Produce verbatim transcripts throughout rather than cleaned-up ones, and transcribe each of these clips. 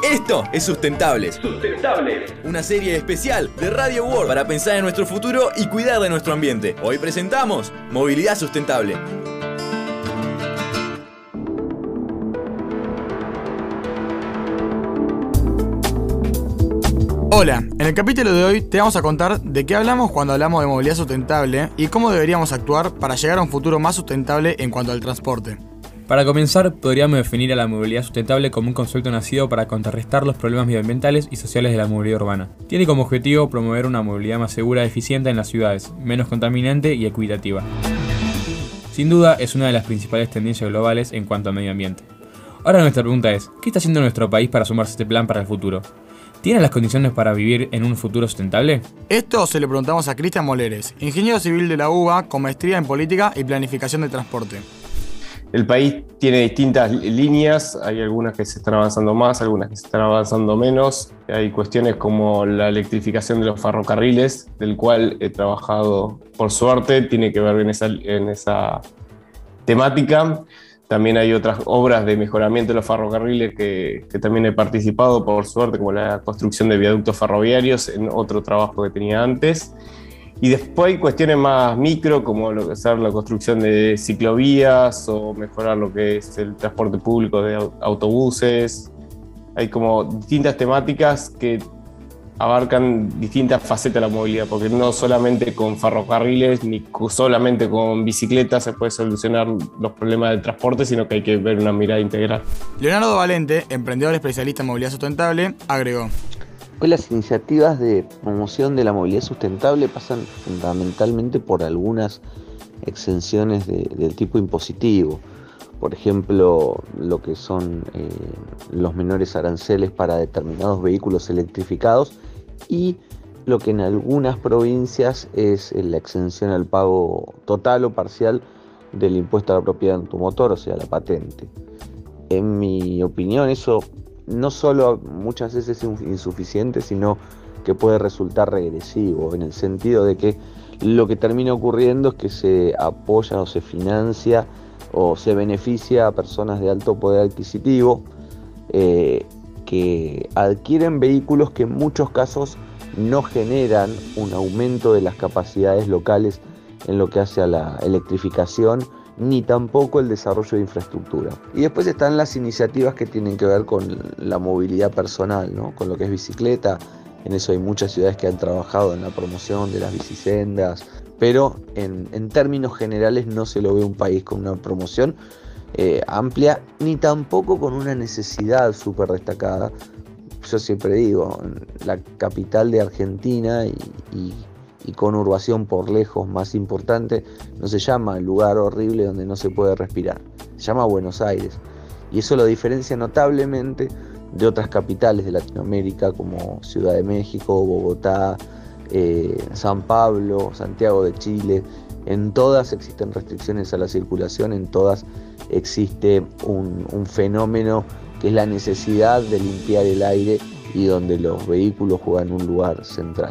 Esto es Sustentables. Sustentables. Una serie especial de Radio World para pensar en nuestro futuro y cuidar de nuestro ambiente. Hoy presentamos Movilidad Sustentable. Hola, en el capítulo de hoy te vamos a contar de qué hablamos cuando hablamos de movilidad sustentable y cómo deberíamos actuar para llegar a un futuro más sustentable en cuanto al transporte. Para comenzar, podríamos definir a la movilidad sustentable como un concepto nacido para contrarrestar los problemas medioambientales y sociales de la movilidad urbana. Tiene como objetivo promover una movilidad más segura y eficiente en las ciudades, menos contaminante y equitativa. Sin duda, es una de las principales tendencias globales en cuanto a medio ambiente. Ahora nuestra pregunta es, ¿qué está haciendo nuestro país para sumarse a este plan para el futuro? ¿Tiene las condiciones para vivir en un futuro sustentable? Esto se lo preguntamos a Cristian Moleres, ingeniero civil de la U B A con maestría en política y planificación de transporte. El país tiene distintas líneas, hay algunas que se están avanzando más, algunas que se están avanzando menos. Hay cuestiones como la electrificación de los ferrocarriles, del cual he trabajado, por suerte, tiene que ver en esa, en esa temática. También hay otras obras de mejoramiento de los ferrocarriles que, que también he participado, por suerte, como la construcción de viaductos ferroviarios en otro trabajo que tenía antes. Y después hay cuestiones más micro, como lo que es la construcción de ciclovías o mejorar lo que es el transporte público de autobuses. Hay como distintas temáticas que abarcan distintas facetas de la movilidad, porque no solamente con ferrocarriles ni solamente con bicicletas se puede solucionar los problemas del transporte, sino que hay que ver una mirada integral. Leonardo Valente, emprendedor especialista en movilidad sustentable, agregó: Hoy las iniciativas de promoción de la movilidad sustentable pasan fundamentalmente por algunas exenciones de, del tipo impositivo. Por ejemplo, lo que son eh, los menores aranceles para determinados vehículos electrificados y lo que en algunas provincias es la exención al pago total o parcial del impuesto a la propiedad automotor, o sea, la patente. En mi opinión, eso no solo muchas veces es insuficiente, sino que puede resultar regresivo, en el sentido de que lo que termina ocurriendo es que se apoya o se financia o se beneficia a personas de alto poder adquisitivo eh, que adquieren vehículos que en muchos casos no generan un aumento de las capacidades locales en lo que hace a la electrificación, ni tampoco el desarrollo de infraestructura. Y después están las iniciativas que tienen que ver con la movilidad personal, ¿no? Con lo que es bicicleta. En eso hay muchas ciudades que han trabajado en la promoción de las bicisendas, pero en, en términos generales no se lo ve un país con una promoción eh, amplia, ni tampoco con una necesidad súper destacada. Yo siempre digo, la capital de Argentina y, y y conurbación por lejos más importante, no se llama lugar horrible donde no se puede respirar, se llama Buenos Aires. Y eso lo diferencia notablemente de otras capitales de Latinoamérica como Ciudad de México, Bogotá, eh, San Pablo, Santiago de Chile. En todas existen restricciones a la circulación, en todas existe un, un fenómeno que es la necesidad de limpiar el aire y donde los vehículos juegan un lugar central.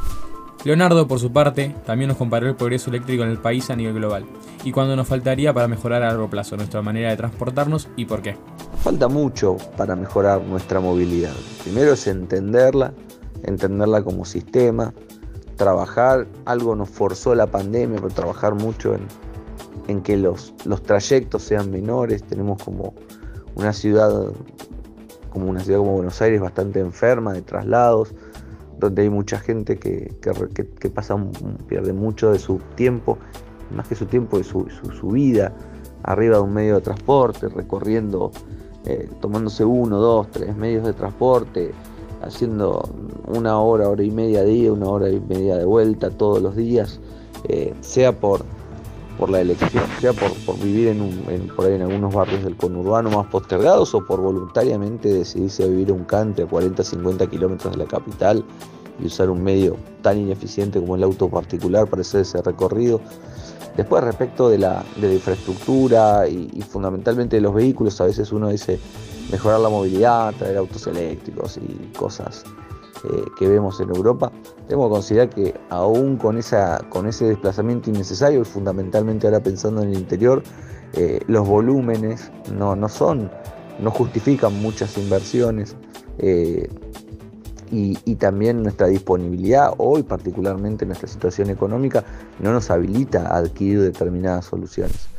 Leonardo, por su parte, también nos comparó el progreso eléctrico en el país a nivel global y cuándo nos faltaría para mejorar a largo plazo nuestra manera de transportarnos y por qué. Falta mucho para mejorar nuestra movilidad. Primero es entenderla, entenderla como sistema, trabajar, algo nos forzó la pandemia, pero trabajar mucho en, en que los, los trayectos sean menores. Tenemos como una ciudad, como una ciudad como Buenos Aires bastante enferma de traslados, donde hay mucha gente que, que, que, que pasa, pierde mucho de su tiempo, más que su tiempo, de su, su, su vida, arriba de un medio de transporte, recorriendo, eh, tomándose uno, dos, tres medios de transporte, haciendo una hora, hora y media de ida, una hora y media de vuelta todos los días, eh, sea por, por la elección, sea por, por vivir en, un, en, por ahí en algunos barrios del conurbano más postergados o por voluntariamente decidirse a vivir un cante a cuarenta, cincuenta kilómetros de la capital y usar un medio tan ineficiente como el auto particular para hacer ese recorrido. Después, respecto de la, de la infraestructura y, y fundamentalmente de los vehículos, a veces uno dice mejorar la movilidad, traer autos eléctricos y cosas eh, que vemos en Europa. Tenemos que considerar que aún con, esa, con ese desplazamiento innecesario, y fundamentalmente ahora pensando en el interior, eh, los volúmenes no, no son, no justifican muchas inversiones. eh, y, y también nuestra disponibilidad, hoy particularmente nuestra situación económica, no nos habilita a adquirir determinadas soluciones.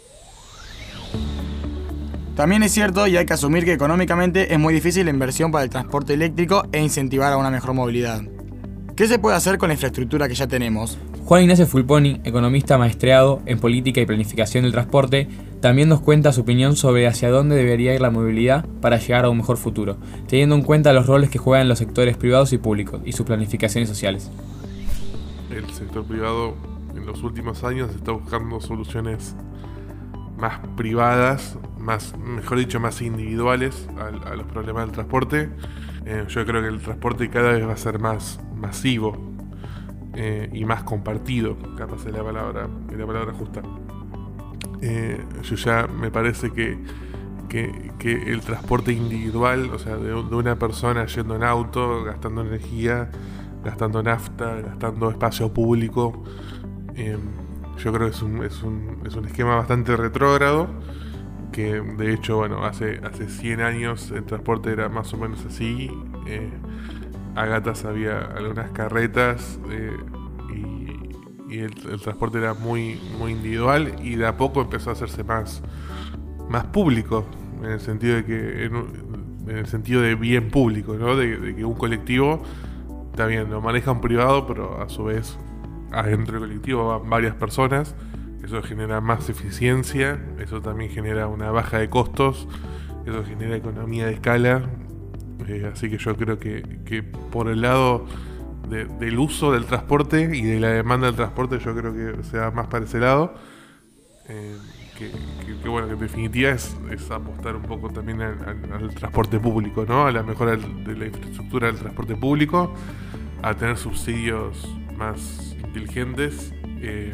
También es cierto y hay que asumir que económicamente es muy difícil la inversión para el transporte eléctrico e incentivar a una mejor movilidad. ¿Qué se puede hacer con la infraestructura que ya tenemos? Juan Ignacio Fulponi, economista maestreado en política y planificación del transporte, también nos cuenta su opinión sobre hacia dónde debería ir la movilidad para llegar a un mejor futuro, teniendo en cuenta los roles que juegan los sectores privados y públicos y sus planificaciones sociales. El sector privado en los últimos años está buscando soluciones más privadas, más, mejor dicho, más individuales a, a los problemas del transporte. Eh, yo creo que el transporte cada vez va a ser más masivo eh, y más compartido, capaz es la palabra, es la palabra justa. Eh, yo ya me parece que, que, que el transporte individual, o sea, de, de una persona yendo en auto, gastando energía, gastando nafta, gastando espacio público, eh, yo creo que es un, es un, es un esquema bastante retrógrado, que de hecho, bueno, hace, hace cien años el transporte era más o menos así. Eh, a gatas había algunas carretas eh, y, y el, el transporte era muy, muy individual, y de a poco empezó a hacerse más, más público, en el sentido de que en, en el sentido de bien público, ¿no? De, de que un colectivo está bien, lo maneja un privado, pero a su vez adentro del colectivo van varias personas. Eso genera más eficiencia, eso también genera una baja de costos, eso genera economía de escala. Eh, así que yo creo que, que por el lado de, del uso del transporte y de la demanda del transporte, yo creo que se va más para ese lado. Eh, que, que, que bueno, que en definitiva es, es apostar un poco también al, al, al transporte público, ¿no? A la mejora de la infraestructura del transporte público, a tener subsidios más inteligentes, eh,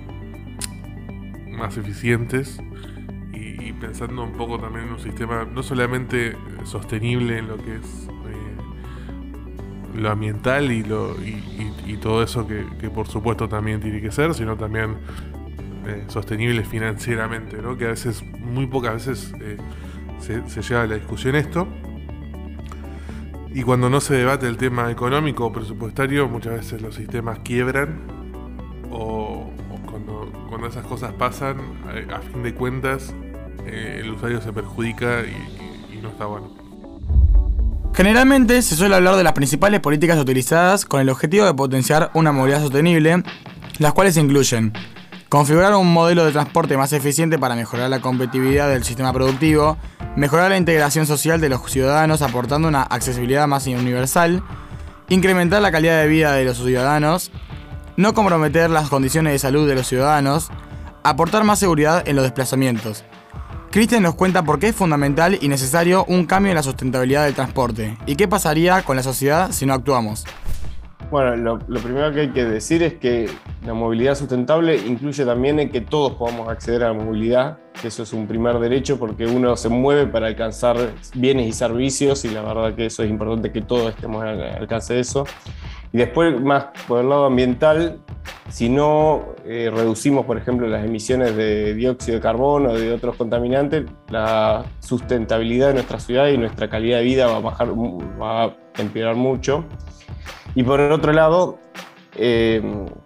más eficientes, y, y pensando un poco también en un sistema no solamente sostenible en lo que es eh, lo ambiental y, lo, y, y, y todo eso que, que por supuesto también tiene que ser, sino también eh, sostenible financieramente, ¿no? Que a veces, muy pocas veces eh, se, se lleva a la discusión esto, y cuando no se debate el tema económico o presupuestario, muchas veces los sistemas quiebran, o Cuando, cuando esas cosas pasan, a, a fin de cuentas, eh, el usuario se perjudica y, y, y no está bueno. Generalmente se suele hablar de las principales políticas utilizadas con el objetivo de potenciar una movilidad sostenible, las cuales incluyen configurar un modelo de transporte más eficiente para mejorar la competitividad del sistema productivo, mejorar la integración social de los ciudadanos aportando una accesibilidad más universal, incrementar la calidad de vida de los ciudadanos, no comprometer las condiciones de salud de los ciudadanos, aportar más seguridad en los desplazamientos. Cristian nos cuenta por qué es fundamental y necesario un cambio en la sustentabilidad del transporte y qué pasaría con la sociedad si no actuamos. Bueno, lo, lo primero que hay que decir es que la movilidad sustentable incluye también en que todos podamos acceder a la movilidad, que eso es un primer derecho porque uno se mueve para alcanzar bienes y servicios, y la verdad que eso es importante, que todos estemos al alcance de eso. Y después, más por el lado ambiental, si no eh, reducimos, por ejemplo, las emisiones de dióxido de carbono o de otros contaminantes, la sustentabilidad de nuestra ciudad y nuestra calidad de vida va a bajar, va a empeorar mucho. Y por el otro lado, eh,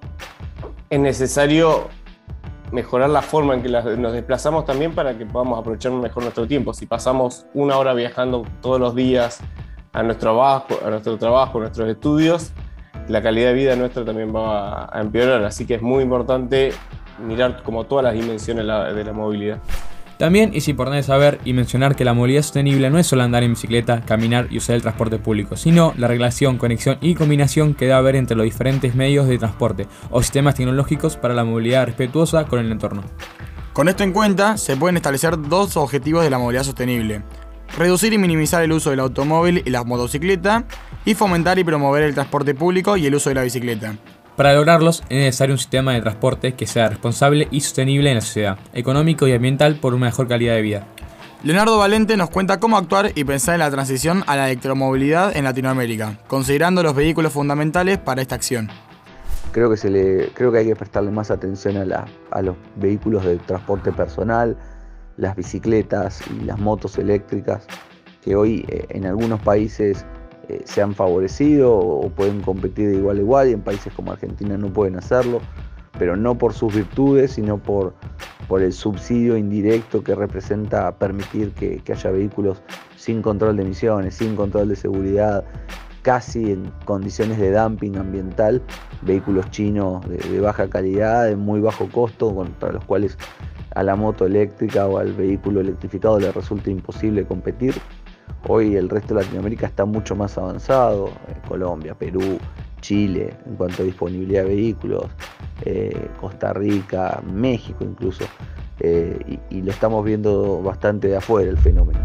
es necesario mejorar la forma en que nos desplazamos también para que podamos aprovechar mejor nuestro tiempo. Si pasamos una hora viajando todos los días a nuestro trabajo, a nuestro trabajo, a nuestros estudios, la calidad de vida nuestra también va a empeorar. Así que es muy importante mirar como todas las dimensiones de la, de la movilidad. También es importante saber y mencionar que la movilidad sostenible no es solo andar en bicicleta, caminar y usar el transporte público, sino la relación, conexión y combinación que debe haber entre los diferentes medios de transporte o sistemas tecnológicos para la movilidad respetuosa con el entorno. Con esto en cuenta, se pueden establecer dos objetivos de la movilidad sostenible: reducir y minimizar el uso del automóvil y la motocicleta, y fomentar y promover el transporte público y el uso de la bicicleta. Para lograrlos es necesario un sistema de transporte que sea responsable y sostenible en la sociedad, económico y ambiental por una mejor calidad de vida. Leonardo Valente nos cuenta cómo actuar y pensar en la transición a la electromovilidad en Latinoamérica, considerando los vehículos fundamentales para esta acción. Creo que, se le, creo que hay que prestarle más atención a, la, a los vehículos de transporte personal, las bicicletas y las motos eléctricas, que hoy eh, en algunos países eh, se han favorecido o pueden competir de igual a igual, y en países como Argentina no pueden hacerlo, pero no por sus virtudes, sino por, por el subsidio indirecto que representa permitir que, que haya vehículos sin control de emisiones, sin control de seguridad, casi en condiciones de dumping ambiental, vehículos chinos de, de baja calidad, de muy bajo costo, contra los cuales a la moto eléctrica o al vehículo electrificado le resulta imposible competir. Hoy el resto de Latinoamérica está mucho más avanzado, eh, Colombia, Perú, Chile, en cuanto a disponibilidad de vehículos, eh, Costa Rica, México incluso, eh, y, y lo estamos viendo bastante de afuera el fenómeno.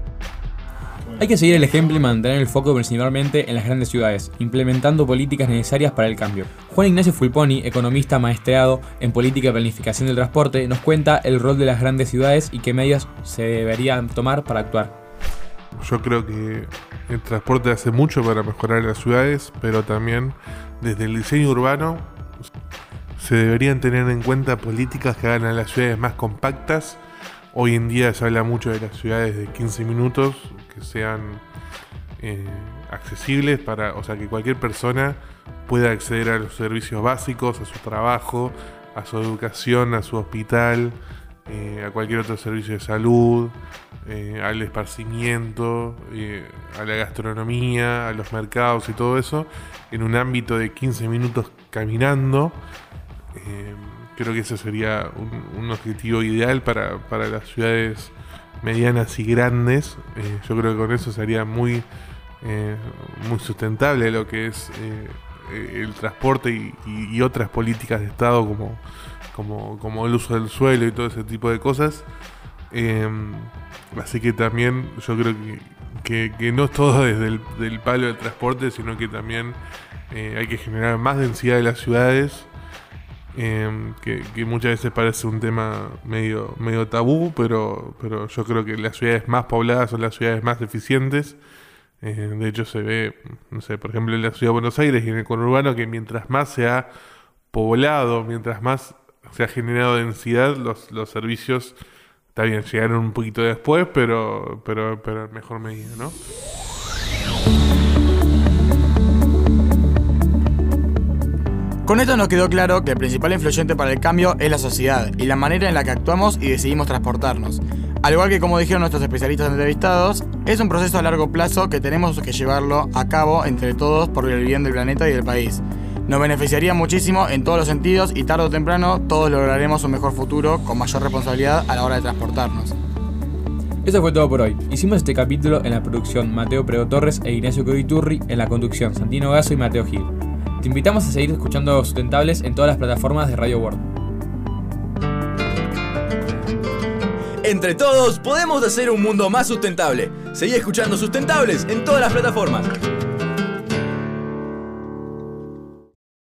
Hay que seguir el ejemplo y mantener el foco principalmente en las grandes ciudades, implementando políticas necesarias para el cambio. Juan Ignacio Fulponi, economista maestrado en política y planificación del transporte, nos cuenta el rol de las grandes ciudades y qué medidas se deberían tomar para actuar. Yo creo que el transporte hace mucho para mejorar las ciudades, pero también desde el diseño urbano se deberían tener en cuenta políticas que hagan a las ciudades más compactas. Hoy en día se habla mucho de las ciudades de quince minutos, que sean eh, accesibles para, o sea, que cualquier persona pueda acceder a los servicios básicos, a su trabajo, a su educación, a su hospital, eh, a cualquier otro servicio de salud, eh, al esparcimiento, eh, a la gastronomía, a los mercados y todo eso, en un ámbito de quince minutos caminando. Eh, creo que ese sería un, un objetivo ideal para, para las ciudades medianas y grandes. Eh, yo creo que con eso sería muy, eh, muy sustentable lo que es eh, el transporte y, y, y otras políticas de Estado como, como, como el uso del suelo y todo ese tipo de cosas. Eh, así que también yo creo que, que, que no es todo desde el del palo del transporte, sino que también eh, hay que generar más densidad de las ciudades. Eh, que, que muchas veces parece un tema medio, medio tabú, pero, pero yo creo que las ciudades más pobladas son las ciudades más eficientes. Eh, de hecho se ve, no sé, por ejemplo en la ciudad de Buenos Aires y en el conurbano, que mientras más se ha poblado, mientras más se ha generado densidad, los, los servicios, está bien, llegaron un poquito después, pero, pero, pero en mejor medida, ¿no? Con esto nos quedó claro que el principal influyente para el cambio es la sociedad y la manera en la que actuamos y decidimos transportarnos. Al igual que como dijeron nuestros especialistas entrevistados, es un proceso a largo plazo que tenemos que llevarlo a cabo entre todos por el bien del planeta y del país. Nos beneficiaría muchísimo en todos los sentidos y tarde o temprano todos lograremos un mejor futuro con mayor responsabilidad a la hora de transportarnos. Eso fue todo por hoy. Hicimos este capítulo en la producción Mateo Prego Torres e Ignacio Coviturri, en la conducción Santino Gasso y Mateo Gil. Te invitamos a seguir escuchando Sustentables en todas las plataformas de Radio World. Entre todos podemos hacer un mundo más sustentable. Seguí escuchando Sustentables en todas las plataformas.